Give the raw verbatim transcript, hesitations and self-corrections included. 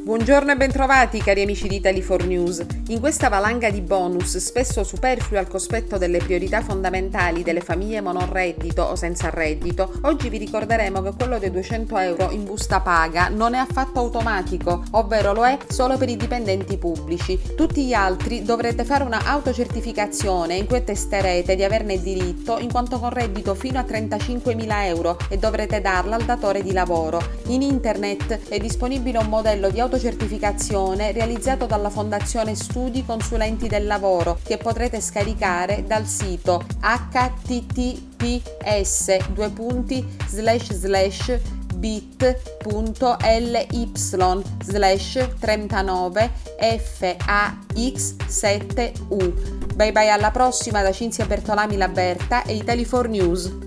Buongiorno e bentrovati cari amici di Italy for News. In questa valanga di bonus, spesso superflui al cospetto delle priorità fondamentali delle famiglie monoreddito o senza reddito, oggi vi ricorderemo che quello dei duecento euro in busta paga non è affatto automatico, ovvero lo è solo per i dipendenti pubblici. Tutti gli altri dovrete fare una autocertificazione in cui attesterete di averne diritto in quanto con reddito fino a trentacinquemila euro e dovrete darla al datore di lavoro. In internet è disponibile un modello di autocertificazione realizzato dalla Fondazione Studi Consulenti del Lavoro che potrete scaricare dal sito h t t p s due punti slash slash bit.ly slash trentanove f a x sette u. Bye bye, alla prossima da Cinzia Bertolami Laberta e Italy for News.